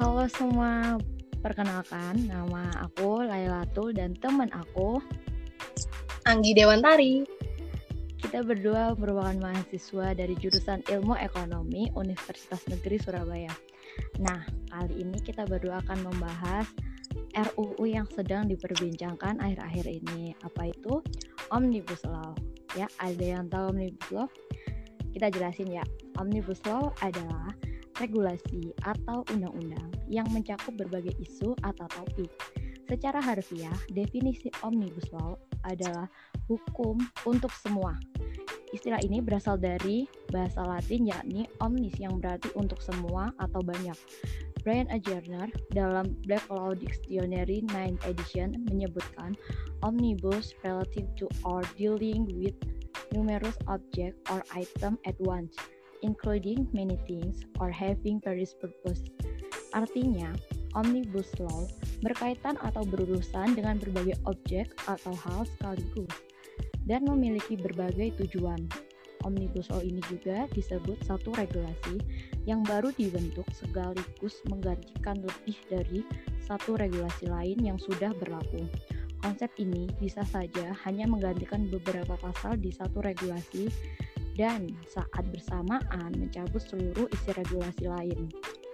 Halo semua, perkenalkan nama aku Lailatul dan teman aku. Anggi Dewantari. Kita berdua merupakan mahasiswa dari jurusan Ilmu Ekonomi Universitas Negeri Surabaya. Nah, kali ini kita berdua akan membahas RUU yang sedang diperbincangkan akhir-akhir ini. Apa itu? Omnibus Law. Ya, ada yang tahu Omnibus Law? Kita jelasin ya. Omnibus Law adalah regulasi atau undang-undang yang mencakup berbagai isu atau topik. Secara harfiah, definisi Omnibus Law adalah hukum untuk semua. Istilah ini berasal dari bahasa Latin yakni omnis yang berarti untuk semua atau banyak. Brian A. Gerner dalam Black Law Dictionary 9th edition menyebutkan omnibus relative to or dealing with numerous objects or items at once, including many things or having various purpose. Artinya, Omnibus Law berkaitan atau berurusan dengan berbagai objek atau hal sekaligus dan memiliki berbagai tujuan. Omnibus Law ini juga disebut satu regulasi yang baru dibentuk sekaligus menggantikan lebih dari satu regulasi lain yang sudah berlaku. Konsep ini bisa saja hanya menggantikan beberapa pasal di satu regulasi dan saat bersamaan mencabut seluruh isi regulasi lain.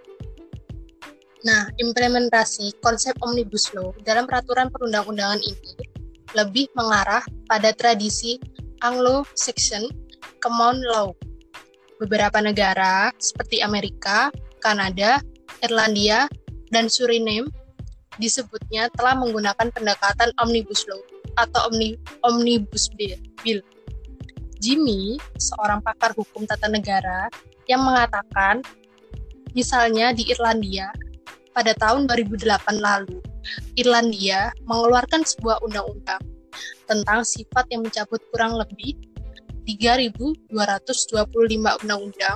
Nah, implementasi konsep Omnibus Law dalam peraturan perundang-undangan ini lebih mengarah pada tradisi Anglo-Saxon Common Law. Beberapa negara seperti Amerika, Kanada, Irlandia, dan Suriname disebutnya telah menggunakan pendekatan Omnibus Law atau Omnibus Bill. Jimmy, seorang pakar hukum tata negara, yang mengatakan, misalnya di Irlandia, pada tahun 2008 lalu, Irlandia mengeluarkan sebuah undang-undang tentang sifat yang mencabut kurang lebih 3.225 undang-undang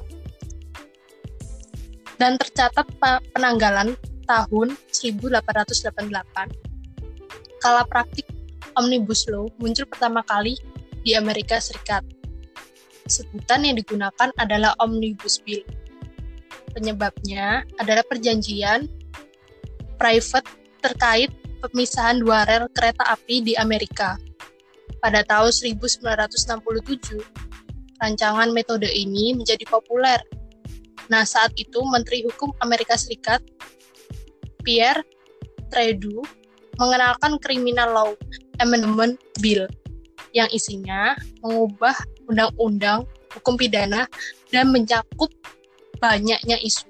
dan tercatat penanggalan tahun 1888. Kala praktik Omnibus Law muncul pertama kali di Amerika Serikat. Sebutan yang digunakan adalah Omnibus Bill. Penyebabnya adalah perjanjian private terkait pemisahan dua rel kereta api di Amerika. Pada tahun 1967, rancangan metode ini menjadi populer. Nah, saat itu Menteri Hukum Amerika Serikat, Pierre Trudeau, mengenalkan Criminal Law Amendment Bill yang isinya mengubah undang-undang hukum pidana dan mencakup banyaknya isu.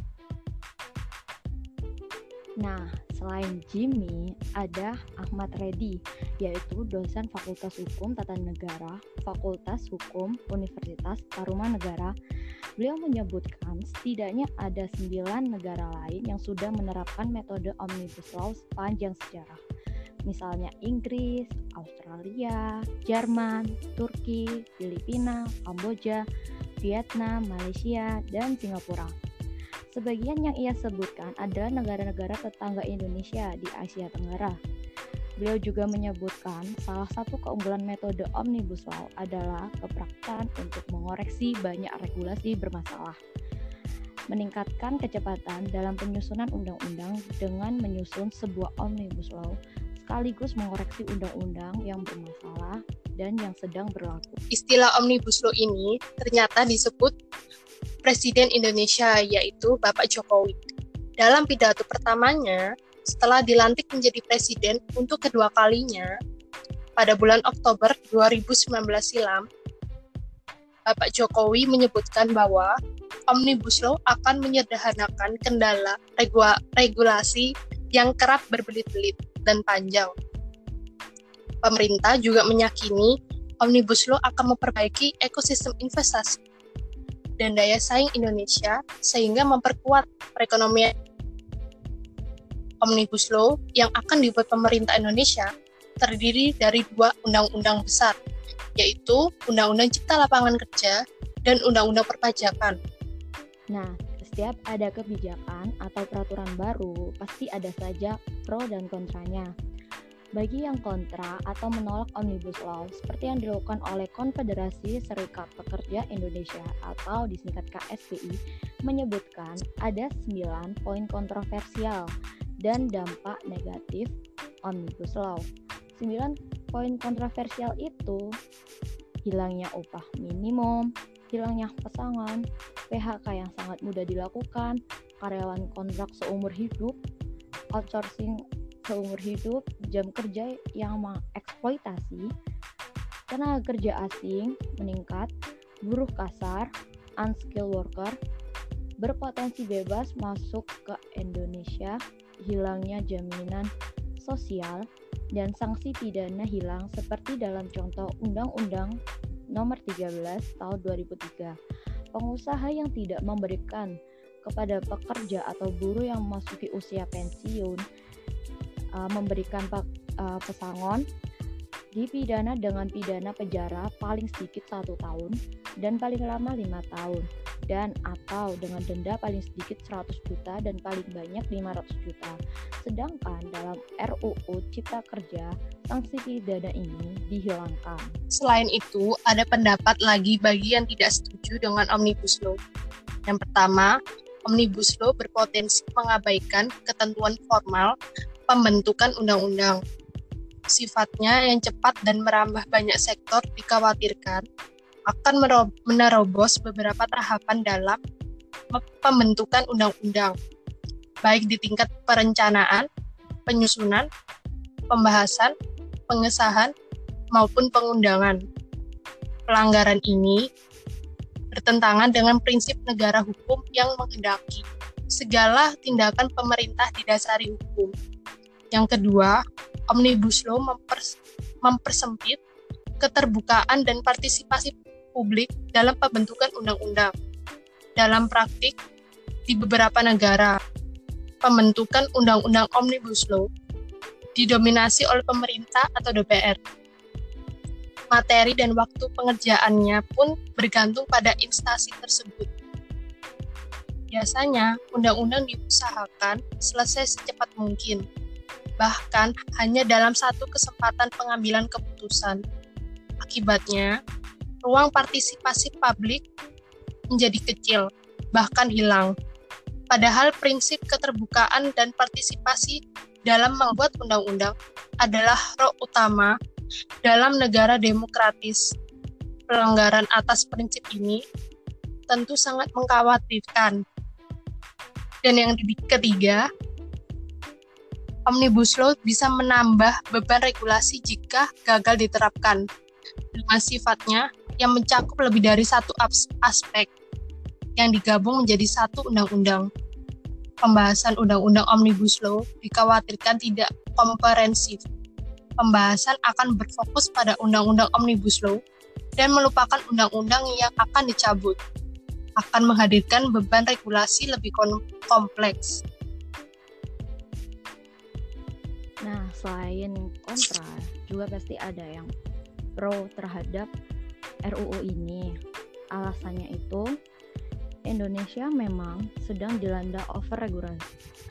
Nah, selain Jimmy, ada Ahmad Reddy, yaitu dosen Fakultas Hukum Tata Negara, Fakultas Hukum Universitas Tarumanegara. Beliau menyebutkan setidaknya ada 9 negara lain yang sudah menerapkan metode Omnibus Law sepanjang sejarah. Misalnya Inggris, Australia, Jerman, Turki, Filipina, Kamboja, Vietnam, Malaysia, dan Singapura. Sebagian yang ia sebutkan adalah negara-negara tetangga Indonesia di Asia Tenggara. Beliau juga menyebutkan salah satu keunggulan metode Omnibus Law adalah kepraktisan untuk mengoreksi banyak regulasi bermasalah, meningkatkan kecepatan dalam penyusunan undang-undang dengan menyusun sebuah Omnibus Law, sekaligus mengoreksi undang-undang yang bermasalah dan yang sedang berlaku. Istilah Omnibus Law ini ternyata disebut Presiden Indonesia, yaitu Bapak Jokowi. Dalam pidato pertamanya, setelah dilantik menjadi presiden untuk kedua kalinya, pada bulan Oktober 2019 silam, Bapak Jokowi menyebutkan bahwa Omnibus Law akan menyederhanakan kendala regulasi yang kerap berbelit-belit dan panjang. Pemerintah juga meyakini Omnibus Law akan memperbaiki ekosistem investasi dan daya saing Indonesia sehingga memperkuat perekonomian. Omnibus Law yang akan dibuat pemerintah Indonesia terdiri dari 2 undang-undang besar, yaitu Undang-Undang Cipta Lapangan Kerja dan Undang-Undang Perpajakan. Nah, setiap ada kebijakan atau peraturan baru, pasti ada saja pro dan kontranya. Bagi yang kontra atau menolak Omnibus Law, seperti yang dilakukan oleh Konfederasi Serikat Pekerja Indonesia atau disingkat KSPI, menyebutkan ada 9 poin kontroversial dan dampak negatif Omnibus Law. 9 poin kontroversial itu hilangnya upah minimum, hilangnya pesangon, PHK yang sangat mudah dilakukan, karyawan kontrak seumur hidup, outsourcing seumur hidup, jam kerja yang mengeksploitasi, tenaga kerja asing meningkat, buruh kasar, unskilled worker, berpotensi bebas masuk ke Indonesia, hilangnya jaminan sosial, dan sanksi pidana hilang seperti dalam contoh Undang-Undang Nomor 13 Tahun 2003. Pengusaha yang tidak memberikan kepada pekerja atau buruh yang memasuki usia pensiun memberikan pesangon dipidana dengan pidana penjara paling sedikit 1 tahun dan paling lama 5 tahun dan atau dengan denda paling sedikit 100 juta dan paling banyak 500 juta. Sedangkan dalam RUU Cipta Kerja, sanksi pidana ini dihilangkan. Selain itu, ada pendapat lagi bagi yang tidak setuju dengan Omnibus Law. Yang pertama, Omnibus Law berpotensi mengabaikan ketentuan formal pembentukan undang-undang. Sifatnya yang cepat dan merambah banyak sektor dikhawatirkan akan menerobos beberapa tahapan dalam pembentukan undang-undang, baik di tingkat perencanaan, penyusunan, pembahasan, pengesahan, maupun pengundangan. Pelanggaran ini bertentangan dengan prinsip negara hukum yang menghendaki segala tindakan pemerintah didasari hukum. Yang kedua, Omnibus Law mempersempit keterbukaan dan partisipasi publik dalam pembentukan undang-undang. Dalam praktik, di beberapa negara, pembentukan undang-undang Omnibus Law didominasi oleh pemerintah atau DPR. Materi dan waktu pengerjaannya pun bergantung pada instansi tersebut. Biasanya, undang-undang diusahakan selesai secepat mungkin, bahkan hanya dalam satu kesempatan pengambilan keputusan. Akibatnya, ruang partisipasi publik menjadi kecil, bahkan hilang. Padahal prinsip keterbukaan dan partisipasi dalam membuat undang-undang adalah roh utama dalam negara demokratis. Pelanggaran atas prinsip ini tentu sangat mengkhawatirkan. Dan yang ketiga, Omnibus Law bisa menambah beban regulasi jika gagal diterapkan, dengan sifatnya yang mencakup lebih dari satu aspek yang digabung menjadi satu undang-undang. Pembahasan undang-undang Omnibus Law dikhawatirkan tidak komprehensif. Pembahasan akan berfokus pada undang-undang Omnibus Law dan melupakan undang-undang yang akan dicabut, akan menghadirkan beban regulasi lebih kompleks. Nah, selain kontra, juga pasti ada yang pro terhadap RUU ini. Alasannya itu, Indonesia memang sedang dilanda overregulasi.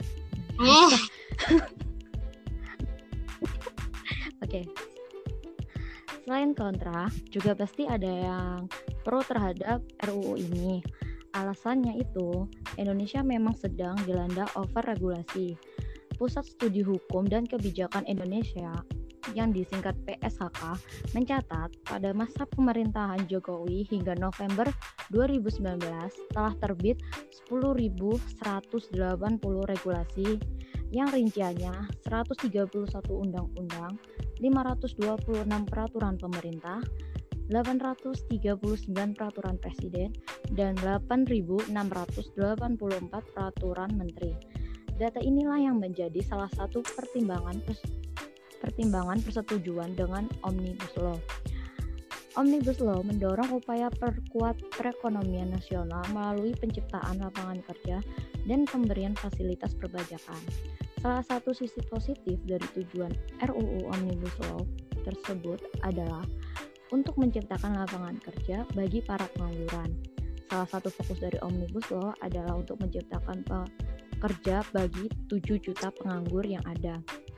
Oke. Selain kontra, juga pasti ada yang pro terhadap RUU ini. Alasannya itu, Indonesia memang sedang dilanda overregulasi. Pusat Studi Hukum dan Kebijakan Indonesia yang disingkat PSHK mencatat pada masa pemerintahan Jokowi hingga November 2019 telah terbit 10.180 regulasi yang rinciannya 131 undang-undang, 526 peraturan pemerintah, 839 peraturan presiden, dan 8.684 peraturan menteri. Data inilah yang menjadi salah satu pertimbangan persetujuan dengan Omnibus Law. Omnibus Law mendorong upaya perkuat perekonomian nasional melalui penciptaan lapangan kerja dan pemberian fasilitas perpajakan. Salah satu sisi positif dari tujuan RUU Omnibus Law tersebut adalah untuk menciptakan lapangan kerja bagi para pengangguran. Salah satu fokus dari Omnibus Law adalah untuk menciptakan kerja bagi 7 juta penganggur yang ada.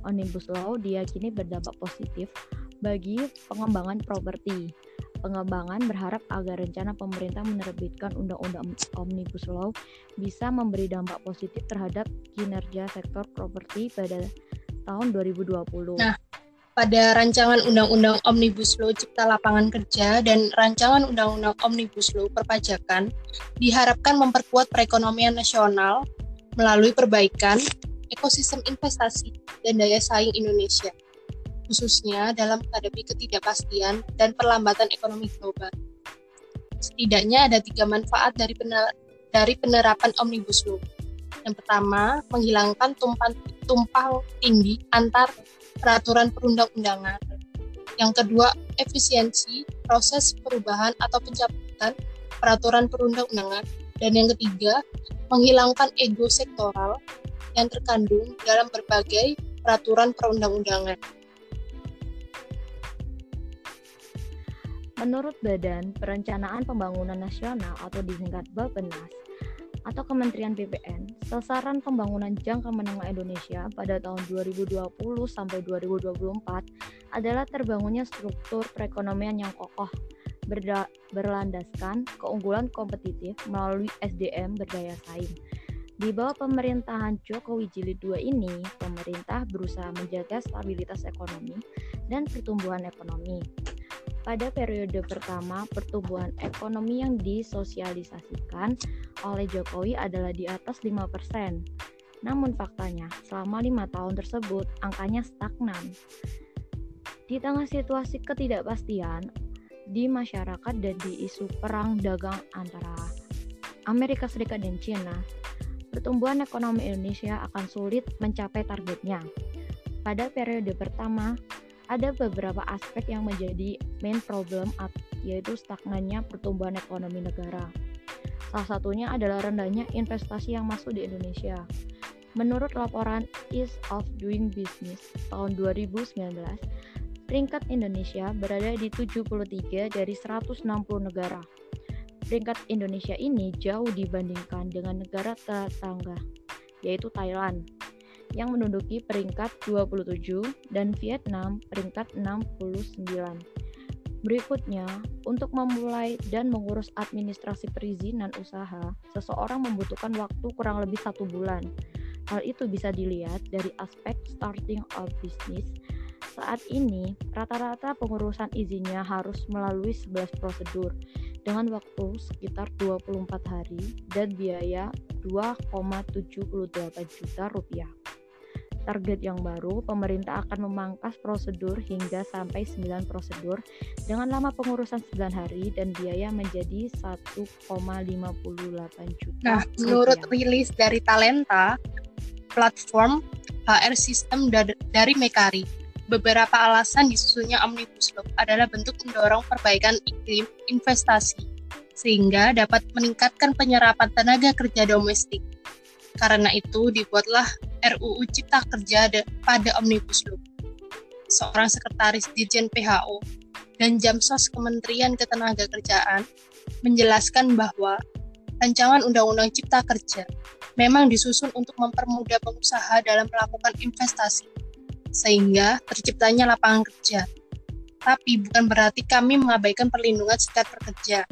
Omnibus Law diyakini berdampak positif bagi pengembangan properti. Pengembangan berharap agar rencana pemerintah menerbitkan Undang-Undang Omnibus Law bisa memberi dampak positif terhadap kinerja sektor properti pada tahun 2020. Nah, pada rancangan Undang-Undang Omnibus Law Cipta Lapangan Kerja dan rancangan Undang-Undang Omnibus Law Perpajakan diharapkan memperkuat perekonomian nasional melalui perbaikan ekosistem investasi dan daya saing Indonesia, khususnya dalam menghadapi ketidakpastian dan perlambatan ekonomi global. Setidaknya ada 3 manfaat dari penerapan Omnibus Law. Yang pertama, menghilangkan tumpang tindih antar peraturan perundang-undangan. Yang kedua, efisiensi proses perubahan atau pencabutan peraturan perundang-undangan. Dan yang ketiga, menghilangkan ego sektoral yang terkandung dalam berbagai peraturan perundang-undangan. Menurut Badan Perencanaan Pembangunan Nasional atau disingkat Bappenas atau Kementerian PPN, sasaran pembangunan jangka menengah Indonesia pada tahun 2020 sampai 2024 adalah terbangunnya struktur perekonomian yang kokoh, berlandaskan keunggulan kompetitif melalui SDM berdaya saing. Di bawah pemerintahan Jokowi Jilid 2 ini, pemerintah berusaha menjaga stabilitas ekonomi dan pertumbuhan ekonomi. Pada periode pertama, pertumbuhan ekonomi yang disosialisasikan oleh Jokowi adalah di atas 5%. Namun faktanya, selama 5 tahun tersebut, angkanya stagnan. Di tengah situasi ketidakpastian di masyarakat dan di isu perang dagang antara Amerika Serikat dan China, pertumbuhan ekonomi Indonesia akan sulit mencapai targetnya. Pada periode pertama, ada beberapa aspek yang menjadi main problem, yaitu stagnannya pertumbuhan ekonomi negara. Salah satunya adalah rendahnya investasi yang masuk di Indonesia. Menurut laporan Ease of Doing Business tahun 2019, peringkat Indonesia berada di 73 dari 160 negara. Peringkat Indonesia ini jauh dibandingkan dengan negara tetangga, yaitu Thailand, yang menduduki peringkat 27 dan Vietnam peringkat 69. Berikutnya, untuk memulai dan mengurus administrasi perizinan usaha, seseorang membutuhkan waktu kurang lebih 1 bulan. Hal itu bisa dilihat dari aspek starting of business. Saat ini, rata-rata pengurusan izinnya harus melalui 11 prosedur dengan waktu sekitar 24 hari dan biaya 2,78 juta rupiah. Target yang baru, pemerintah akan memangkas prosedur hingga sampai 9 prosedur dengan lama pengurusan 9 hari dan biaya menjadi 1,58 juta. Nah, menurut rilis dari Talenta, platform HR System dari Mekari, beberapa alasan disusunnya Omnibus Law adalah bentuk mendorong perbaikan iklim investasi sehingga dapat meningkatkan penyerapan tenaga kerja domestik. Karena itu dibuatlah RUU Cipta Kerja pada Omnibus Law. Seorang sekretaris Dirjen PHO dan Jamsos Kementerian Ketenagakerjaan menjelaskan bahwa rancangan Undang-Undang Cipta Kerja memang disusun untuk mempermudah pengusaha dalam melakukan investasi, sehingga terciptanya lapangan kerja. Tapi bukan berarti kami mengabaikan perlindungan serikat pekerja.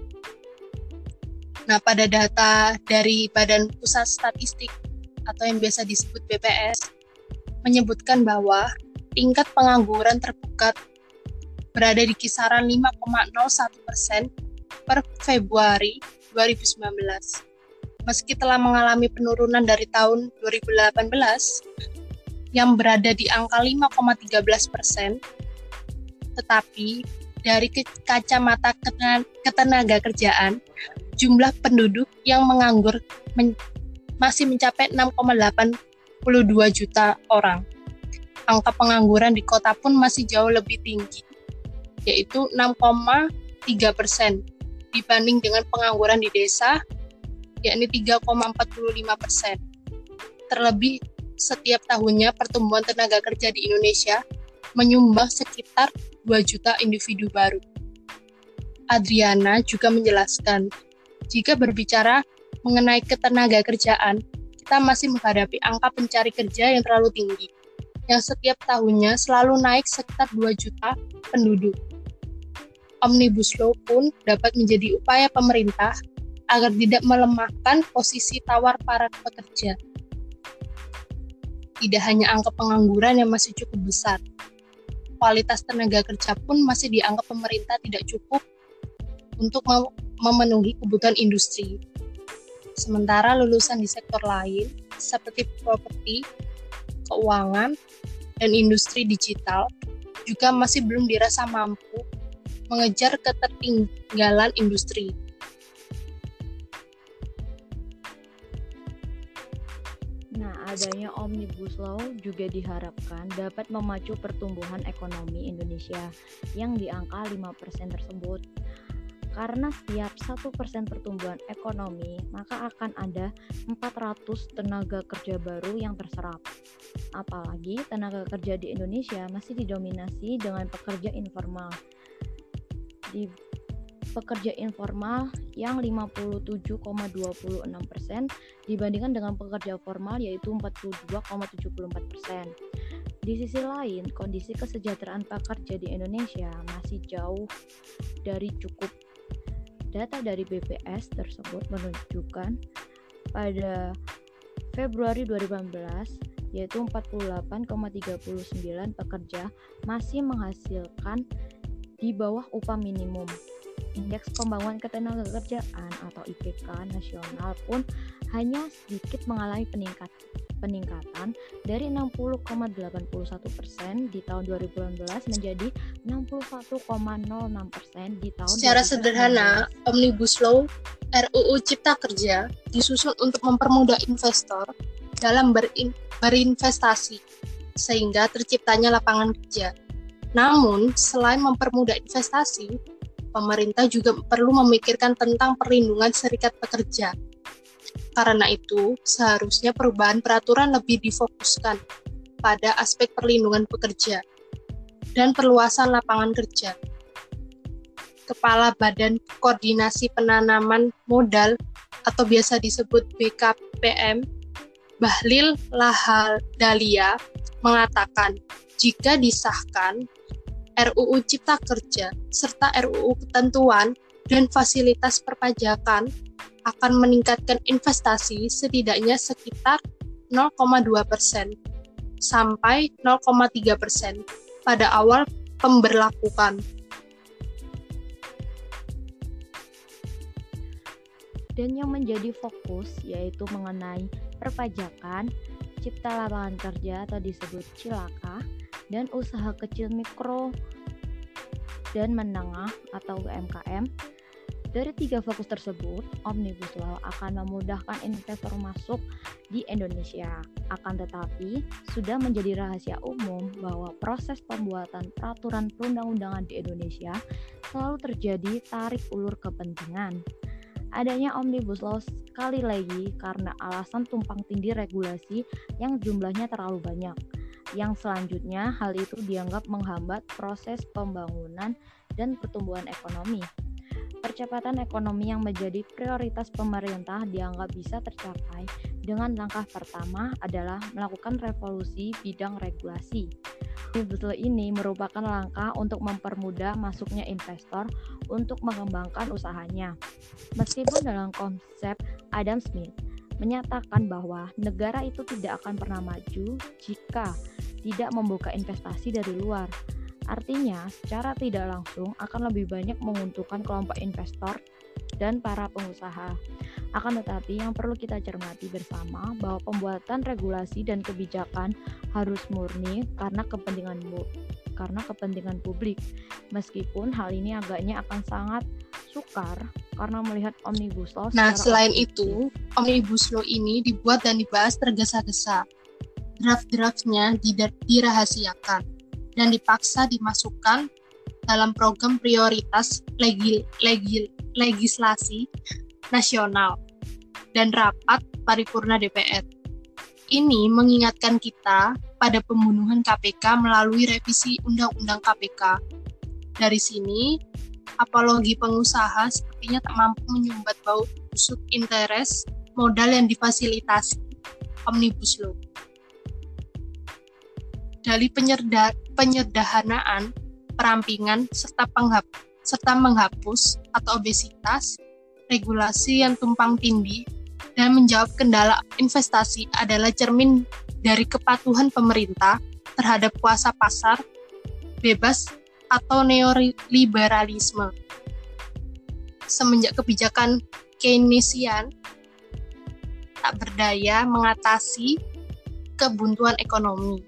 Nah, pada data dari Badan Pusat Statistik atau yang biasa disebut BPS, menyebutkan bahwa tingkat pengangguran terbuka berada di kisaran 5,01% per Februari 2019. Meski telah mengalami penurunan dari tahun 2018 yang berada di angka 5,13%, tetapi dari kacamata ketenagakerjaan, jumlah penduduk yang menganggur masih mencapai 6,82 juta orang. Angka pengangguran di kota pun masih jauh lebih tinggi, yaitu 6,3% dibanding dengan pengangguran di desa, yakni 3,45%. Terlebih, setiap tahunnya pertumbuhan tenaga kerja di Indonesia menyumbang sekitar 2 juta individu baru. Adriana juga menjelaskan, jika berbicara mengenai ketenagakerjaan, kita masih menghadapi angka pencari kerja yang terlalu tinggi. yang setiap tahunnya selalu naik sekitar 2 juta penduduk. Omnibus Law pun dapat menjadi upaya pemerintah agar tidak melemahkan posisi tawar para pekerja. Tidak hanya angka pengangguran yang masih cukup besar, kualitas tenaga kerja pun masih dianggap pemerintah tidak cukup untuk memenuhi kebutuhan industri. Sementara lulusan di sektor lain, seperti properti, keuangan, dan industri digital, juga masih belum dirasa mampu mengejar ketertinggalan industri. Nah, adanya Omnibus Law juga diharapkan dapat memacu pertumbuhan ekonomi Indonesia yang di angka 5% tersebut. Karena setiap 1% pertumbuhan ekonomi, maka akan ada 400 tenaga kerja baru yang terserap. Apalagi tenaga kerja di Indonesia masih didominasi dengan pekerja informal. Di pekerja informal yang 57,26% dibandingkan dengan pekerja formal yaitu 42,74%. Di sisi lain, kondisi kesejahteraan pekerja di Indonesia masih jauh dari cukup. Data dari BPS tersebut menunjukkan pada Februari 2018 yaitu 48,39 pekerja masih menghasilkan di bawah upah minimum. Indeks pembangunan ketenagakerjaan atau IPK nasional pun hanya sedikit mengalami peningkatan dari 60,81% di tahun 2018 menjadi 61,06% di tahun 2019. Secara sederhana, Omnibus Law RUU Cipta Kerja disusun untuk mempermudah investor dalam berinvestasi sehingga terciptanya lapangan kerja. Namun, selain mempermudah investasi, pemerintah juga perlu memikirkan tentang perlindungan serikat pekerja. Karena itu, seharusnya perubahan peraturan lebih difokuskan pada aspek perlindungan pekerja dan perluasan lapangan kerja. Kepala Badan Koordinasi Penanaman Modal atau biasa disebut BKPM, Bahlil Lahadalia, mengatakan jika disahkan, RUU Cipta Kerja serta RUU Ketentuan dan Fasilitas Perpajakan akan meningkatkan investasi setidaknya sekitar 0,2% sampai 0,3% pada awal pemberlakuan. Dan yang menjadi fokus yaitu mengenai perpajakan, cipta lapangan kerja atau disebut cilaka, dan usaha kecil mikro dan menengah atau UMKM. Dari 3 fokus tersebut, Omnibus Law akan memudahkan investor masuk di Indonesia. Akan tetapi, sudah menjadi rahasia umum bahwa proses pembuatan peraturan perundang-undangan di Indonesia selalu terjadi tarik ulur kepentingan. Adanya Omnibus Law sekali lagi karena alasan tumpang tindih regulasi yang jumlahnya terlalu banyak. Yang selanjutnya, hal itu dianggap menghambat proses pembangunan dan pertumbuhan ekonomi. Percepatan ekonomi yang menjadi prioritas pemerintah dianggap bisa tercapai dengan langkah pertama adalah melakukan revolusi bidang regulasi. Omnibus Law ini merupakan langkah untuk mempermudah masuknya investor untuk mengembangkan usahanya. Meskipun dalam konsep Adam Smith menyatakan bahwa negara itu tidak akan pernah maju jika tidak membuka investasi dari luar. Artinya, secara tidak langsung akan lebih banyak menguntungkan kelompok investor dan para pengusaha. Akan tetapi yang perlu kita cermati bersama bahwa pembuatan regulasi dan kebijakan harus murni karena kepentingan publik. Meskipun hal ini agaknya akan sangat sukar karena melihat Omnibus Law. Nah, selain itu, Omnibus Law ini dibuat dan dibahas tergesa-gesa. Draft-draftnya dirahasiakan dan dipaksa dimasukkan dalam program prioritas legislasi nasional dan rapat paripurna DPR. Ini mengingatkan kita pada pembunuhan KPK melalui revisi Undang-Undang KPK. Dari sini, apologi pengusaha sepertinya tak mampu menyumbat bau busuk interest modal yang difasilitasi Omnibus Law. dalih penyederhanaan, perampingan, serta menghapus atau obesitas, regulasi yang tumpang tindih, dan menjawab kendala investasi adalah cermin dari kepatuhan pemerintah terhadap kuasa pasar, bebas, atau neoliberalisme. Semenjak kebijakan Keynesian tak berdaya mengatasi kebuntuan ekonomi,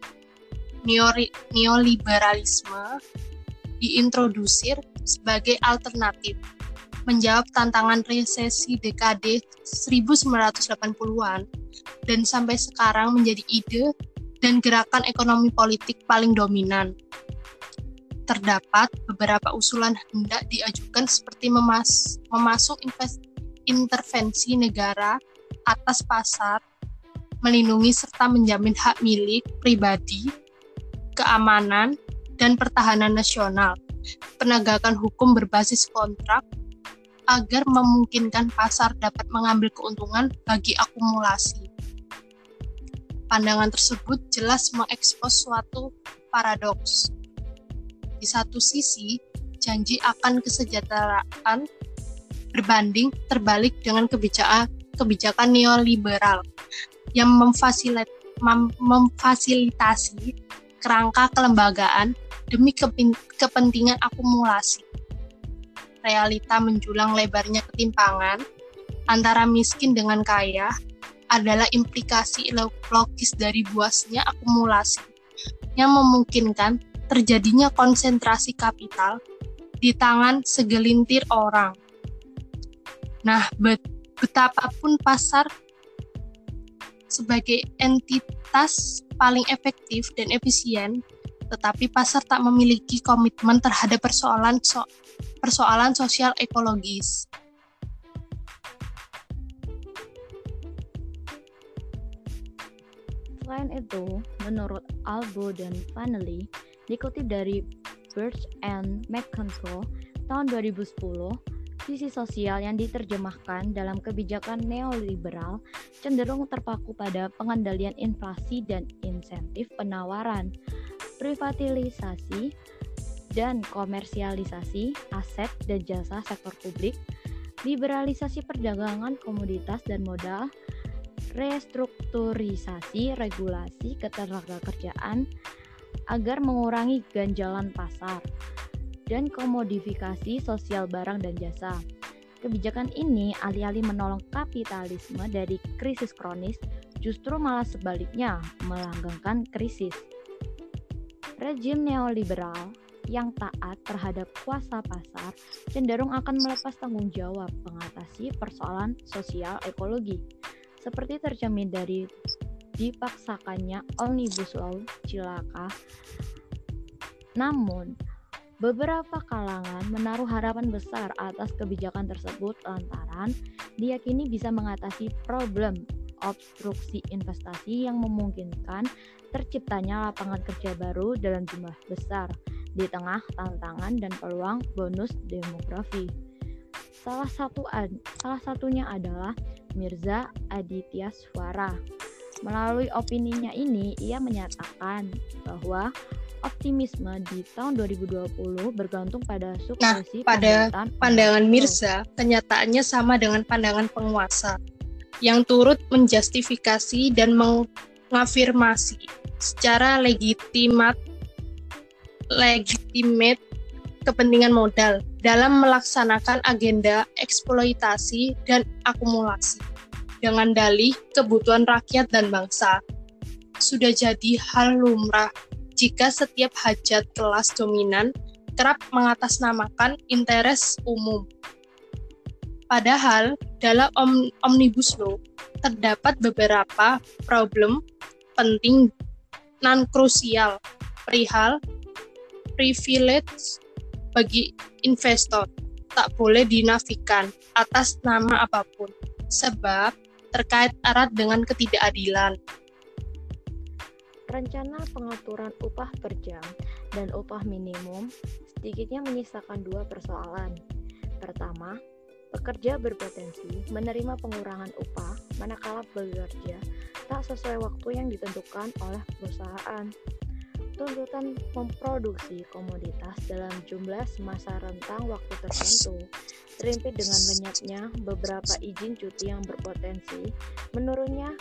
neoliberalisme diintrodusir sebagai alternatif menjawab tantangan resesi dekade 1980-an dan sampai sekarang menjadi ide dan gerakan ekonomi politik paling dominan. Terdapat beberapa usulan hendak diajukan seperti memasuk intervensi negara atas pasar, melindungi serta menjamin hak milik pribadi, keamanan, dan pertahanan nasional, penegakan hukum berbasis kontrak, agar memungkinkan pasar dapat mengambil keuntungan bagi akumulasi. Pandangan tersebut jelas mengekspos suatu paradoks. Di satu sisi, janji akan kesejahteraan berbanding terbalik dengan kebijakan neoliberal yang memfasilitasi kerangka kelembagaan demi kepentingan akumulasi. Realita menjulang lebarnya ketimpangan antara miskin dengan kaya adalah implikasi logis dari buasnya akumulasi yang memungkinkan terjadinya konsentrasi kapital di tangan segelintir orang. Nah, betapapun pasar sebagai entitas paling efektif dan efisien, tetapi pasar tak memiliki komitmen terhadap persoalan sosial ekologis. Selain itu, menurut Albo dan Vanelli, dikutip dari Birch and McConville tahun 2010, visi sosial yang diterjemahkan dalam kebijakan neoliberal cenderung terpaku pada pengendalian inflasi dan insentif penawaran, privatisasi dan komersialisasi aset dan jasa sektor publik, liberalisasi perdagangan komoditas dan modal, restrukturisasi regulasi ketenagakerjaan agar mengurangi ganjalan pasar, dan komodifikasi sosial barang dan jasa. Kebijakan ini alih-alih menolong kapitalisme dari krisis kronis, justru malah sebaliknya melanggengkan krisis. Rejim neoliberal yang taat terhadap kuasa pasar cenderung akan melepas tanggung jawab mengatasi persoalan sosial ekologi, seperti tercermin dari dipaksakannya Omnibus Law Cilaka. Namun, beberapa kalangan menaruh harapan besar atas kebijakan tersebut lantaran diyakini bisa mengatasi problem obstruksi investasi yang memungkinkan terciptanya lapangan kerja baru dalam jumlah besar di tengah tantangan dan peluang bonus demografi. Salah satunya adalah Mirza Aditya Suara. Melalui opininya ini, ia menyatakan bahwa optimisme di tahun 2020 bergantung pada suksesi pandangan Mirza, kenyataannya sama dengan pandangan penguasa yang turut menjustifikasi dan mengafirmasi secara legitimate kepentingan modal dalam melaksanakan agenda eksploitasi dan akumulasi dengan dalih kebutuhan rakyat dan bangsa. Sudah jadi hal lumrah jika setiap hajat kelas dominan kerap mengatasnamakan interes umum. Padahal dalam Omnibus Law terdapat beberapa problem penting non-krusial perihal privilege bagi investor tak boleh dinafikan atas nama apapun, sebab terkait erat dengan ketidakadilan. Rencana pengaturan upah per jam dan upah minimum sedikitnya menyisakan dua persoalan. Pertama, pekerja berpotensi menerima pengurangan upah manakala bekerja tak sesuai waktu yang ditentukan oleh perusahaan. Tuntutan memproduksi komoditas dalam jumlah semasa rentang waktu tertentu, terimpit dengan lenyapnya beberapa izin cuti yang berpotensi menurunnya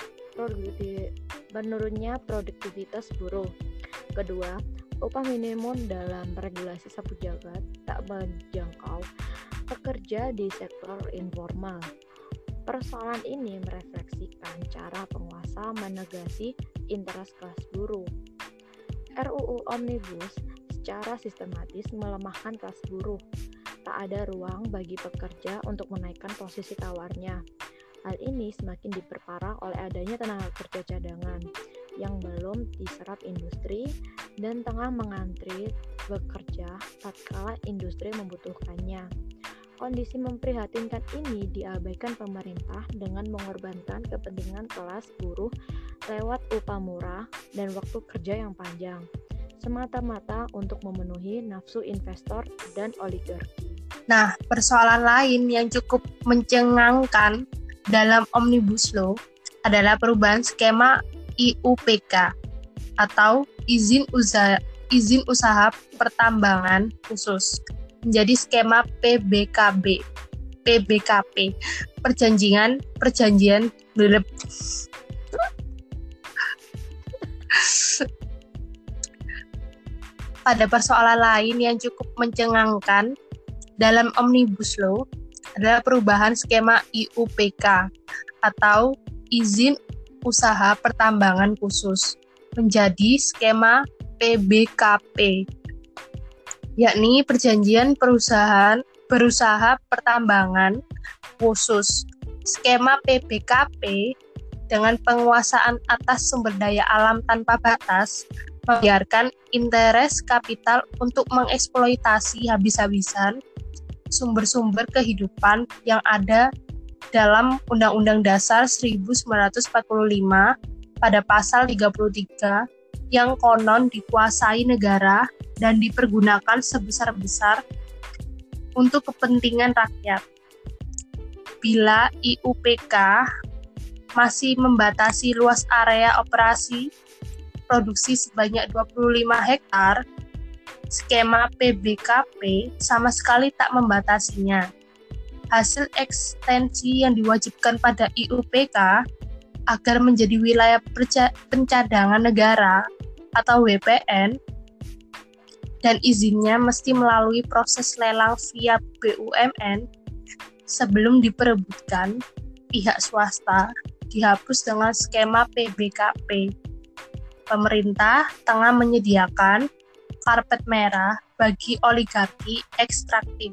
produktivitas buruh. Kedua, upah minimum dalam regulasi sapu jagat tak menjangkau pekerja di sektor informal. Persoalan ini merefleksikan cara penguasa menegasi interest kelas buruh. RUU Omnibus secara sistematis melemahkan kelas buruh. Tak ada ruang bagi pekerja untuk menaikkan posisi tawarnya. Hal ini semakin diperparah oleh adanya tenaga kerja cadangan yang belum diserap industri dan tengah mengantri bekerja tatkala industri membutuhkannya. Kondisi memprihatinkan ini diabaikan pemerintah dengan mengorbankan kepentingan kelas buruh lewat upah murah dan waktu kerja yang panjang, semata-mata untuk memenuhi nafsu investor dan oligarki. Nah, persoalan lain yang cukup mencengangkan dalam Omnibus Law adalah perubahan skema IUPK atau izin usaha pertambangan khusus menjadi skema PBKP. Perjanjian Pada persoalan lain yang cukup mencengangkan dalam Omnibus Law adalah perubahan skema IUPK atau izin usaha pertambangan khusus menjadi skema PBKP, yakni perjanjian berusaha pertambangan khusus. Skema PBKP dengan penguasaan atas sumber daya alam tanpa batas membiarkan interes kapital untuk mengeksploitasi habis-habisan sumber-sumber kehidupan yang ada dalam Undang-Undang Dasar 1945 pada pasal 33 yang konon dikuasai negara dan dipergunakan sebesar-besar untuk kepentingan rakyat. Bila IUPK masih membatasi luas area operasi produksi sebanyak 25 hektar, skema PBKP sama sekali tak membatasinya. Hasil ekstensi yang diwajibkan pada IUPK agar menjadi wilayah pencadangan negara atau WPN dan izinnya mesti melalui proses lelang via BUMN sebelum diperebutkan pihak swasta dihapus dengan skema PBKP. Pemerintah tengah menyediakan karpet merah bagi oligarki ekstraktif.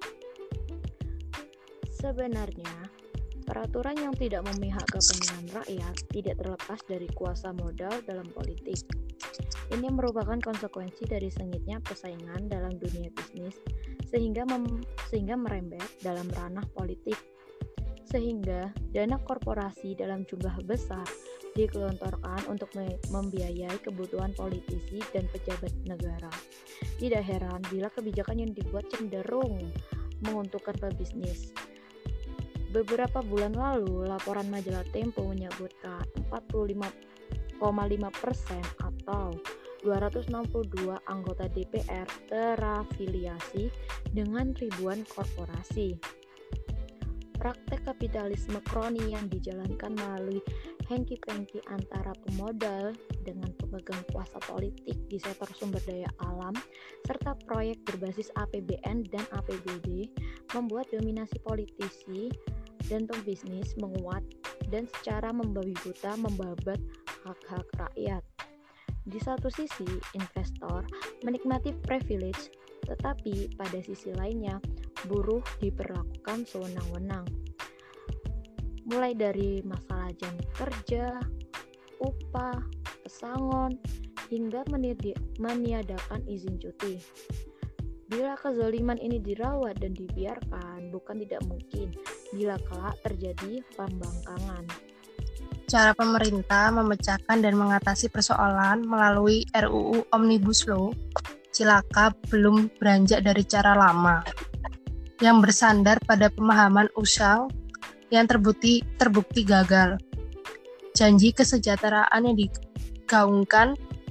Sebenarnya, peraturan yang tidak memihak kepentingan rakyat tidak terlepas dari kuasa modal dalam politik. Ini merupakan konsekuensi dari sengitnya persaingan dalam dunia bisnis sehingga merembet dalam ranah politik. Sehingga dana korporasi dalam jumlah besar digelontorkan untuk membiayai kebutuhan politisi dan pejabat negara. Tidak heran bila kebijakan yang dibuat cenderung menguntungkan pebisnis. Beberapa bulan lalu, laporan majalah Tempo menyebutkan 45,5% atau 262 anggota DPR terafiliasi dengan ribuan korporasi. Praktek kapitalisme kroni yang dijalankan melalui hengki-pengki antara pemodal dengan pemegang kuasa politik di sektor sumber daya alam serta proyek berbasis APBN dan APBD membuat dominasi politisi dan pembisnis menguat dan secara membabi buta membabat hak-hak rakyat. Di satu sisi, investor menikmati privilege, tetapi pada sisi lainnya, buruh diperlakukan sewenang-wenang. Mulai dari masalah jam kerja, upah, pesangon, hingga meniadakan izin cuti. Bila kezaliman ini dirawat dan dibiarkan, bukan tidak mungkin bila kelak terjadi pembangkangan. Cara pemerintah memecahkan dan mengatasi persoalan melalui RUU Omnibus Law cilaka belum beranjak dari cara lama yang bersandar pada pemahaman usang yang terbukti gagal. Janji kesejahteraan yang digaungkan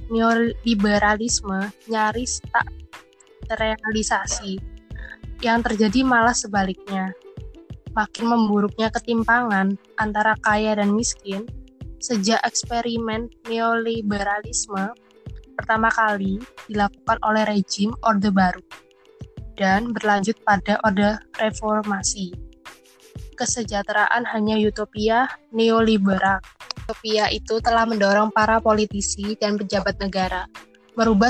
neoliberalisme nyaris tak terrealisasi. Yang terjadi malah sebaliknya. Makin memburuknya ketimpangan antara kaya dan miskin sejak eksperimen neoliberalisme pertama kali dilakukan oleh rejim Orde Baru dan berlanjut pada Orde Reformasi. Kesejahteraan hanya utopia neoliberal. Utopia itu telah mendorong para politisi dan pejabat negara merubah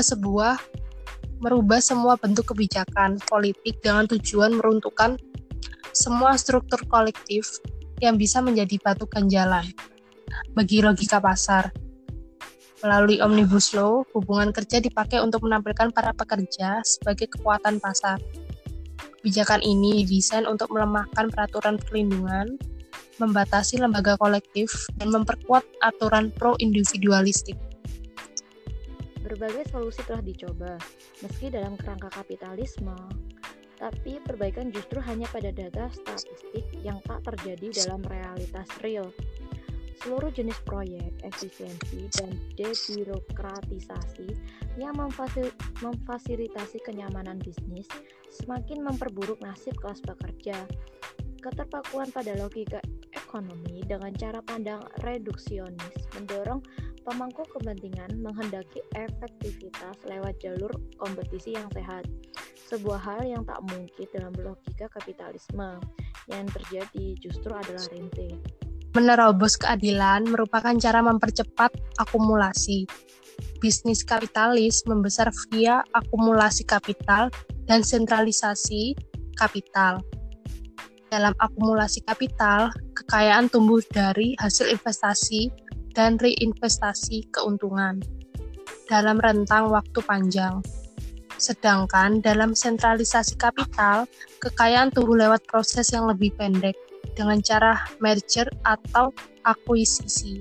semua bentuk kebijakan politik dengan tujuan meruntuhkan semua struktur kolektif yang bisa menjadi batu ganjalan bagi logika pasar. Melalui Omnibus Law, hubungan kerja dipakai untuk menampilkan para pekerja sebagai kekuatan pasar. Kebijakan ini didesain untuk melemahkan peraturan perlindungan, membatasi lembaga kolektif, dan memperkuat aturan pro-individualistik. Berbagai solusi telah dicoba, meski dalam kerangka kapitalisme, tapi perbaikan justru hanya pada data statistik yang tak terjadi dalam realitas real. Seluruh jenis proyek, efisiensi, dan debirokratisasi yang memfasilitasi kenyamanan bisnis semakin memperburuk nasib kelas pekerja. Keterpakuan pada logika ekonomi dengan cara pandang reduksionis mendorong pemangku kepentingan menghendaki efektivitas lewat jalur kompetisi yang sehat. Sebuah hal yang tak mungkin dalam logika kapitalisme. Yang terjadi justru adalah rente. Menerobos keadilan merupakan cara mempercepat akumulasi. Bisnis kapitalis membesar via akumulasi kapital dan sentralisasi kapital. Dalam akumulasi kapital, kekayaan tumbuh dari hasil investasi dan reinvestasi keuntungan dalam rentang waktu panjang. Sedangkan dalam sentralisasi kapital, kekayaan tumbuh lewat proses yang lebih pendek dengan cara merger atau akuisisi.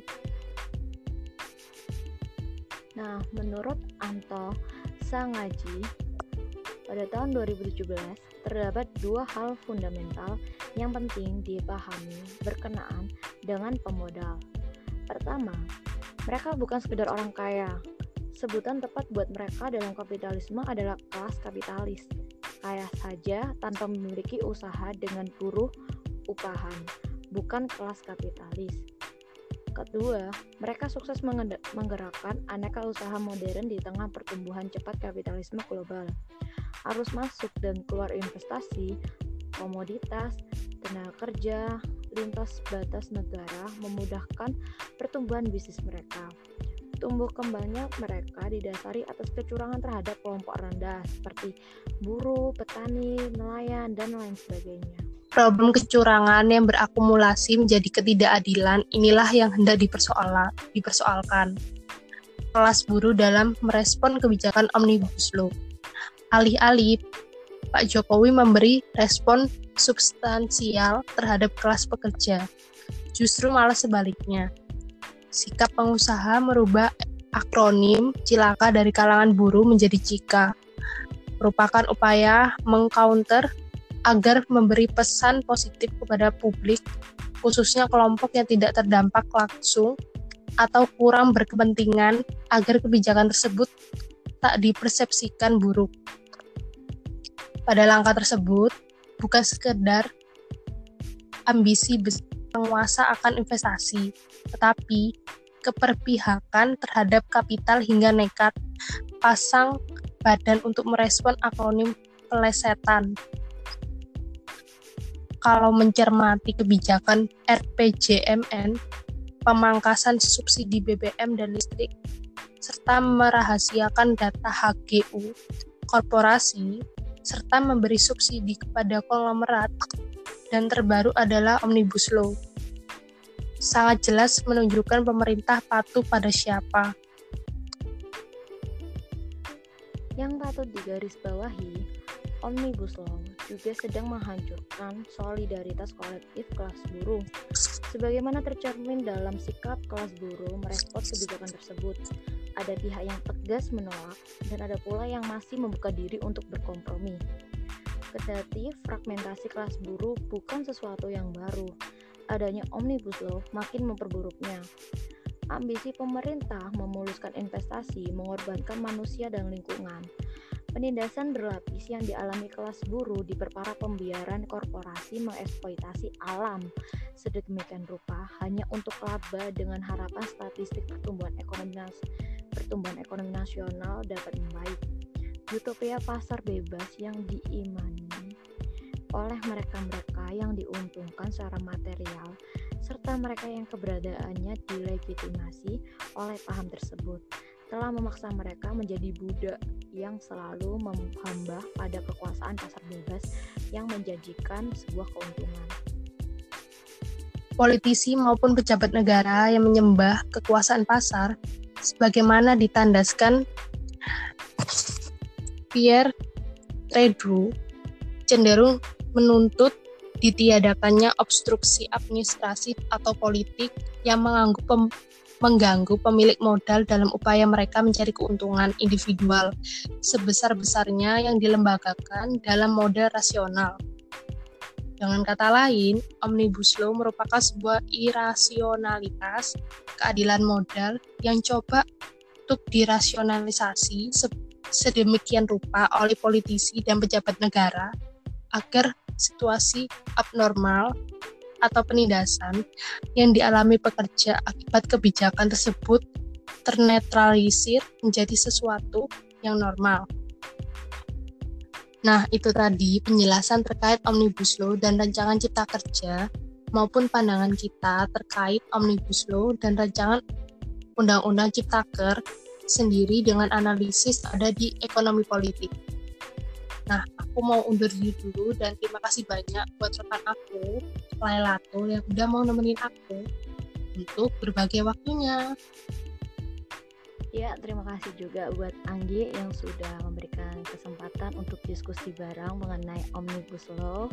Nah, menurut Anto Sangaji, pada tahun 2017 terdapat dua hal fundamental yang penting dipahami berkenaan dengan pemodal. Pertama, mereka bukan sekedar orang kaya. Sebutan tepat buat mereka dalam kapitalisme adalah kelas kapitalis. Kaya saja tanpa memiliki usaha dengan buruh upahan, bukan kelas kapitalis. Kedua, mereka sukses menggerakkan aneka usaha modern di tengah pertumbuhan cepat kapitalisme global. Arus masuk dan keluar investasi, komoditas, tenaga kerja, lintas batas negara memudahkan pertumbuhan bisnis mereka. Tumbuh kembangnya mereka didasari atas kecurangan terhadap kelompok rendah seperti buruh, petani, nelayan, dan lain sebagainya. Problem kecurangan yang berakumulasi menjadi ketidakadilan inilah yang hendak dipersoalkan kelas buruh dalam merespon kebijakan Omnibus Law. Alih-alih Pak Jokowi memberi respon substansial terhadap kelas pekerja, justru malah sebaliknya. Sikap pengusaha merubah akronim cilaka dari kalangan buruh menjadi cika, merupakan upaya mengcounter agar memberi pesan positif kepada publik, khususnya kelompok yang tidak terdampak langsung atau kurang berkepentingan agar kebijakan tersebut tak dipersepsikan buruk. Pada langkah tersebut, bukan sekedar ambisi penguasa akan investasi, tetapi keperpihakan terhadap kapital hingga nekat pasang badan untuk merespon akronim pelesetan. Kalau mencermati kebijakan RPJMN, pemangkasan subsidi BBM dan listrik, serta merahasiakan data HGU, korporasi, serta memberi subsidi kepada konglomerat, dan terbaru adalah Omnibus Law. Sangat jelas menunjukkan pemerintah patuh pada siapa. Yang patut digarisbawahi, Omnibus Law juga sedang menghancurkan solidaritas kolektif kelas buruh. Sebagaimana tercermin dalam sikap kelas buruh merespon kebijakan tersebut, ada pihak yang tegas menolak dan ada pula yang masih membuka diri untuk berkompromi. Kendati fragmentasi kelas buruh bukan sesuatu yang baru, adanya Omnibus Law makin memperburuknya. Ambisi pemerintah memuluskan investasi mengorbankan manusia dan lingkungan. Penindasan berlapis yang dialami kelas buruh diperparah pembiaran korporasi mengeksploitasi alam sedemikian rupa hanya untuk laba dengan harapan statistik pertumbuhan ekonomi nasional dapat membaik. Utopia pasar bebas yang diimani oleh mereka-mereka yang diuntungkan secara material serta mereka yang keberadaannya dilegitimasi oleh paham tersebut telah memaksa mereka menjadi budak yang selalu menghamba pada kekuasaan pasar bebas yang menjanjikan sebuah keuntungan. Politisi maupun pejabat negara yang menyembah kekuasaan pasar, sebagaimana ditandaskan Pierre Trudeau, cenderung menuntut ditiadakannya obstruksi administratif atau politik yang mengganggu pemilik modal dalam upaya mereka mencari keuntungan individual sebesar-besarnya yang dilembagakan dalam model rasional. Dengan kata lain, Omnibus Law merupakan sebuah irasionalitas keadilan modal yang coba untuk dirasionalisasi sedemikian rupa oleh politisi dan pejabat negara agar situasi abnormal atau penindasan yang dialami pekerja akibat kebijakan tersebut ternetralisir menjadi sesuatu yang normal. Nah, itu tadi penjelasan terkait Omnibus Law dan Rancangan Cipta Kerja maupun pandangan kita terkait Omnibus Law dan Rancangan Undang-Undang Ciptaker sendiri dengan analisis ada di ekonomi politik. Nah, aku mau undur diri dulu dan terima kasih banyak buat rekan aku, Lailatul, yang udah mau nemenin aku untuk berbagi waktunya. Ya, terima kasih juga buat Anggi yang sudah memberikan kesempatan untuk diskusi bareng mengenai Omnibus Law.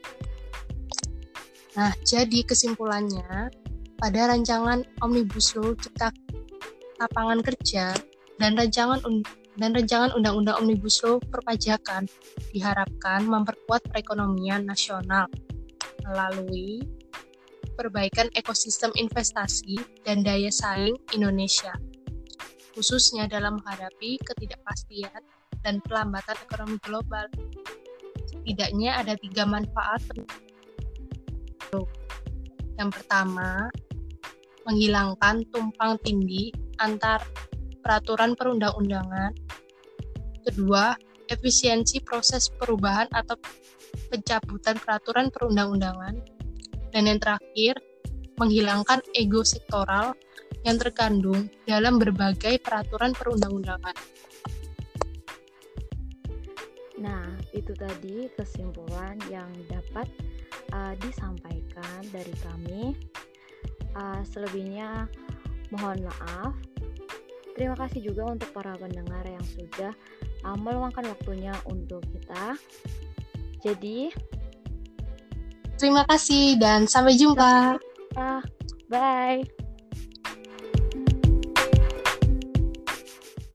Nah, jadi kesimpulannya, pada rancangan Omnibus Law Cipta Lapangan Kerja dan rancangan Undang-Undang Omnibus Law Perpajakan diharapkan memperkuat perekonomian nasional melalui perbaikan ekosistem investasi dan daya saing Indonesia, khususnya dalam menghadapi ketidakpastian dan pelambatan ekonomi global. Setidaknya ada 3 manfaat. Yang pertama, menghilangkan tumpang tindih antar peraturan perundang-undangan. Kedua, efisiensi proses perubahan atau pencabutan peraturan perundang-undangan. Dan yang terakhir, menghilangkan ego sektoral yang terkandung dalam berbagai peraturan perundang-undangan. Nah, itu tadi kesimpulan yang dapat disampaikan dari kami. Selebihnya mohon maaf. Terima kasih juga untuk para pendengar yang sudah meluangkan waktunya untuk kita. Jadi, terima kasih dan sampai jumpa. Bye.